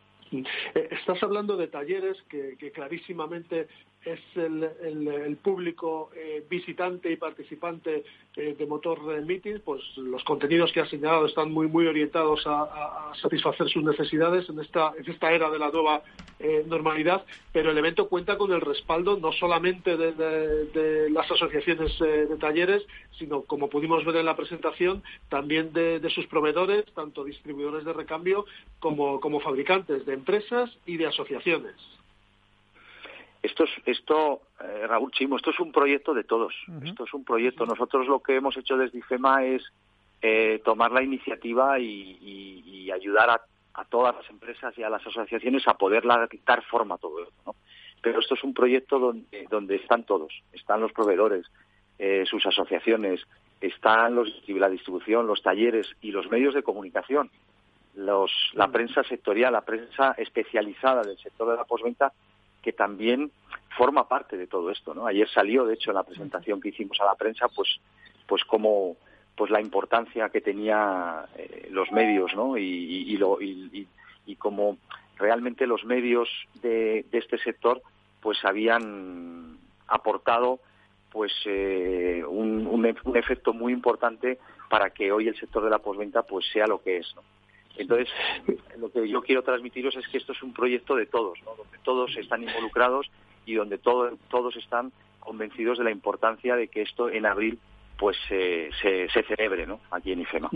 Estás hablando de talleres que, que clarísimamente es el, el, el público eh, visitante y participante eh, de Motor Meetings, pues los contenidos que has señalado están muy muy orientados a, a, a satisfacer sus necesidades en esta, en esta era de la nueva eh, normalidad, pero el evento cuenta con el respaldo no solamente de, de, de las asociaciones eh, de talleres, sino, como pudimos ver en la presentación, también de, de sus proveedores, tanto distribuidores de recambio como, como fabricantes de empresas y de asociaciones. Esto, es, esto eh, Raúl Chimo, esto es un proyecto de todos. Uh-huh. Esto es un proyecto. Nosotros lo que hemos hecho desde IFEMA es eh, tomar la iniciativa y, y, y ayudar a, a todas las empresas y a las asociaciones a poderla dar forma a todo esto, ¿no? Pero esto es un proyecto donde, donde están todos. Están los proveedores, eh, sus asociaciones, están los, la distribución, los talleres y los medios de comunicación. Los, la prensa sectorial, la prensa especializada del sector de la postventa, que también forma parte de todo esto, ¿no? Ayer salió, de hecho, en la presentación que hicimos a la prensa, pues, pues como, pues la importancia que tenía eh, los medios, ¿no? Y, y, y, lo, y, y, y como realmente los medios de, de este sector, pues habían aportado, pues eh, un, un, un efecto muy importante para que hoy el sector de la postventa, pues sea lo que es, ¿no? Entonces, lo que yo quiero transmitiros es que esto es un proyecto de todos, ¿no? Donde todos están involucrados y donde todo, todos están convencidos de la importancia de que esto en abril pues eh, se, se celebre, ¿no? Aquí en IFEMA.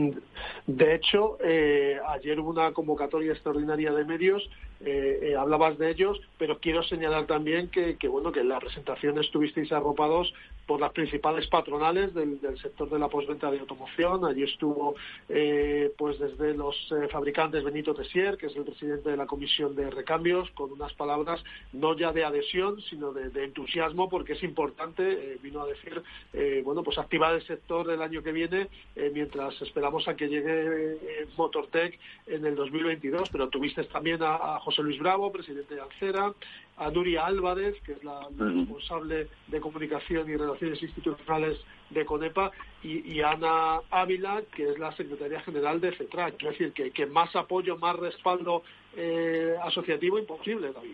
De hecho, eh, ayer hubo una convocatoria extraordinaria de medios, eh, eh, hablabas de ellos, pero quiero señalar también que, que bueno que en la presentación estuvisteis arropados por las principales patronales del, del sector de la postventa de automoción. Allí estuvo eh, pues desde los eh, fabricantes Benito Tessier, que es el presidente de la Comisión de Recambios, con unas palabras no ya de adhesión, sino de, de entusiasmo, porque es importante, eh, vino a decir, eh, bueno, pues activar el sector el año que viene, eh, mientras esperamos a que llegue eh, Motortech en el dos mil veintidós, pero tuviste también a, a José Luis Bravo, presidente de Alcera, a Nuria Álvarez, que es la, la responsable de comunicación y relaciones institucionales de CONEPA, y, y Ana Ávila, que es la secretaria general de CETRAC. Quiero decir que, que más apoyo, más respaldo eh, asociativo imposible, David.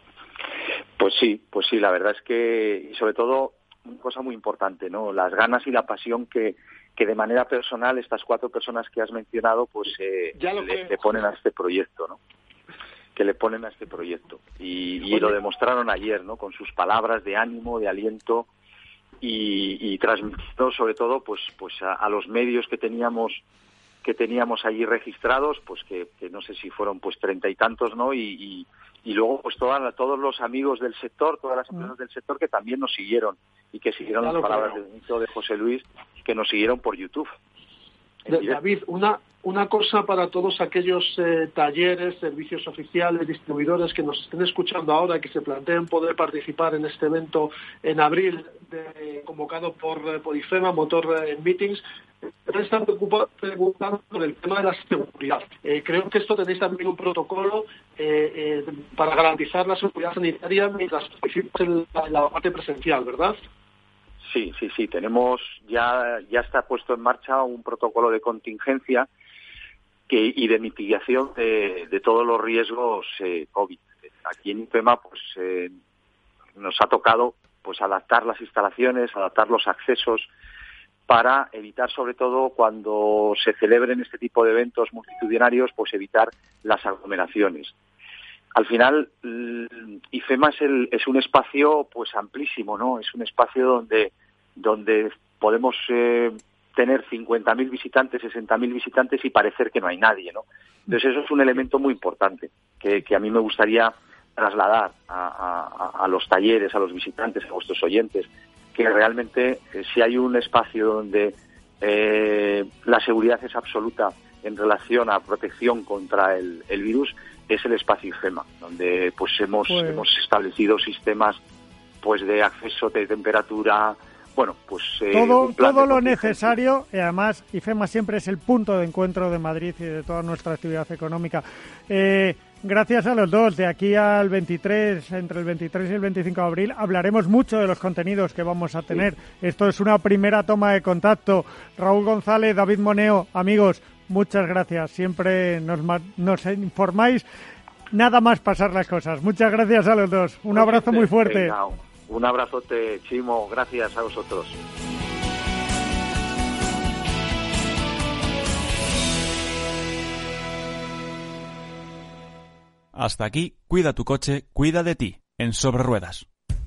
Pues sí, pues sí, la verdad es que, y sobre todo, una cosa muy importante, ¿no? Las ganas y la pasión que, que de manera personal estas cuatro personas que has mencionado, pues eh, le, le ponen a este proyecto, ¿no? que le ponen a este proyecto. Y, y lo demostraron ayer, ¿no? Con sus palabras de ánimo, de aliento y, y transmitiendo sobre todo pues pues a, a los medios que teníamos que teníamos allí registrados, pues que, que no sé si fueron pues treinta y tantos, ¿no? Y, y, y luego pues todas, todos los amigos del sector, todas las empresas del sector que también nos siguieron y que siguieron las palabras de, de José Luis, que nos siguieron por YouTube. David, una una cosa para todos aquellos eh, talleres, servicios oficiales, distribuidores que nos estén escuchando ahora y que se planteen poder participar en este evento en abril de, convocado por, por IFEMA, Motor eh, Meetings, están preguntando por el tema de la seguridad. Eh, creo que esto tenéis también un protocolo eh, eh, para garantizar la seguridad sanitaria mientras participas en la, en la parte presencial, ¿verdad? Sí, sí, sí. Tenemos ya ya está puesto en marcha un protocolo de contingencia que y de mitigación de, de todos los riesgos eh, COVID. Aquí en IFEMA, pues eh, nos ha tocado pues adaptar las instalaciones, adaptar los accesos, para evitar, sobre todo cuando se celebren este tipo de eventos multitudinarios, pues evitar las aglomeraciones. Al final, IFEMA es, el, es un espacio pues amplísimo, ¿no? Es un espacio donde donde podemos eh, tener cincuenta mil visitantes, sesenta mil visitantes y parecer que no hay nadie, ¿no? Entonces eso es un elemento muy importante que, que a mí me gustaría trasladar a, a, a los talleres, a los visitantes, a vuestros oyentes, que realmente eh, si hay un espacio donde eh, la seguridad es absoluta en relación a protección contra el, el virus, es el espacio IFEMA, donde pues hemos pues... hemos establecido sistemas pues de acceso de temperatura, bueno, pues eh, todo todo lo necesario, y además IFEMA siempre es el punto de encuentro de Madrid y de toda nuestra actividad económica. Eh, Gracias a los dos. De aquí al veintitrés, entre el veintitrés y el veinticinco de abril, hablaremos mucho de los contenidos que vamos a tener. Sí. Esto es una primera toma de contacto. Raúl González, David Moneo, amigos, muchas gracias. Siempre nos, nos informáis nada más pasar las cosas. Muchas gracias a los dos. Un abrazo muy fuerte. Venga, un abrazote, Chimo. Gracias a vosotros. Hasta aquí, cuida tu coche, cuida de ti, en Sobre Ruedas.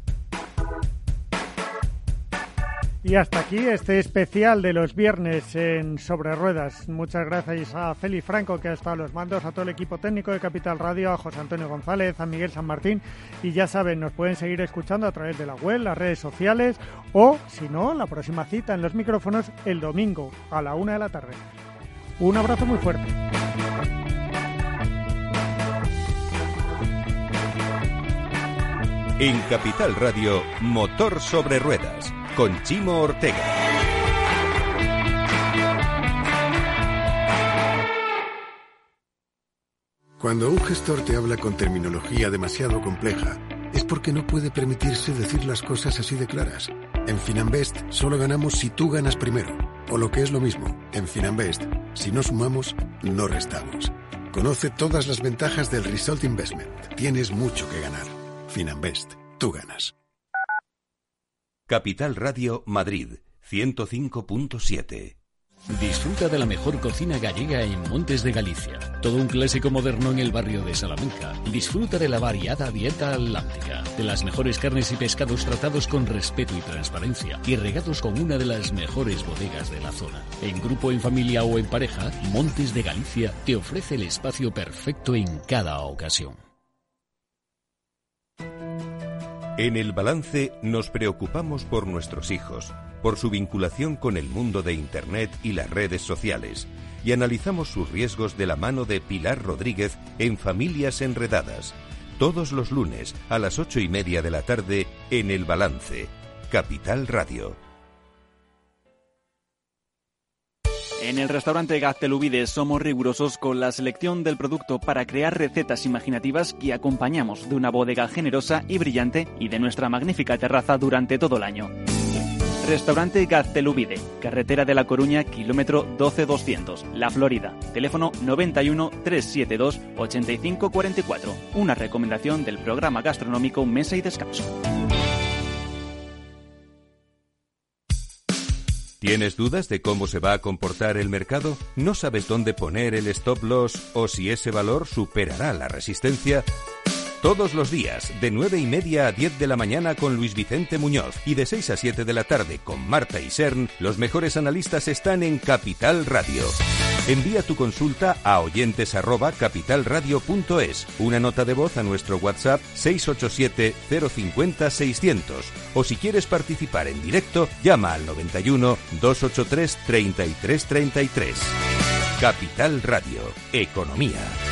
Y hasta aquí este especial de los viernes en Sobre Ruedas. Muchas gracias a Félix Franco, que ha estado a los mandos, a todo el equipo técnico de Capital Radio, a José Antonio González, a Miguel San Martín. Y ya saben, nos pueden seguir escuchando a través de la web, las redes sociales o, si no, la próxima cita en los micrófonos el domingo a la una de la tarde. Un abrazo muy fuerte. En Capital Radio, Motor sobre Ruedas, con Chimo Ortega. Cuando un gestor te habla con terminología demasiado compleja, es porque no puede permitirse decir las cosas así de claras. En Finanbest solo ganamos si tú ganas primero. O lo que es lo mismo, en Finanbest, si no sumamos, no restamos. Conoce todas las ventajas del Result Investment. Tienes mucho que ganar. Finanbest, tú ganas. Capital Radio Madrid, ciento cinco punto siete. Disfruta de la mejor cocina gallega en Montes de Galicia. Todo un clásico moderno en el barrio de Salamanca. Disfruta de la variada dieta atlántica, de las mejores carnes y pescados tratados con respeto y transparencia y regados con una de las mejores bodegas de la zona. En grupo, en familia o en pareja, Montes de Galicia te ofrece el espacio perfecto en cada ocasión. En El Balance nos preocupamos por nuestros hijos, por su vinculación con el mundo de Internet y las redes sociales, y analizamos sus riesgos de la mano de Pilar Rodríguez en Familias Enredadas, todos los lunes a las ocho y media de la tarde en El Balance, Capital Radio. En el restaurante Gaztelubides somos rigurosos con la selección del producto para crear recetas imaginativas que acompañamos de una bodega generosa y brillante y de nuestra magnífica terraza durante todo el año. Restaurante Gaztelubide, carretera de La Coruña, kilómetro doce doscientos, La Florida. Teléfono noventa y uno, trescientos setenta y dos, ochenta y cinco cuarenta y cuatro. Una recomendación del programa gastronómico Mesa y Descanso. ¿Tienes dudas de cómo se va a comportar el mercado? ¿No sabes dónde poner el stop loss o si ese valor superará la resistencia? Todos los días, de nueve y media a diez de la mañana con Luis Vicente Muñoz y de seis a siete de la tarde con Marta Isern, los mejores analistas están en Capital Radio. Envía tu consulta a oyentes arroba capitalradio punto es, una nota de voz a nuestro WhatsApp seis ocho siete cero cinco cero seiscientos, o si quieres participar en directo, llama al noventa y uno, doscientos ochenta y tres, treinta y tres treinta y tres. Capital Radio, Economía.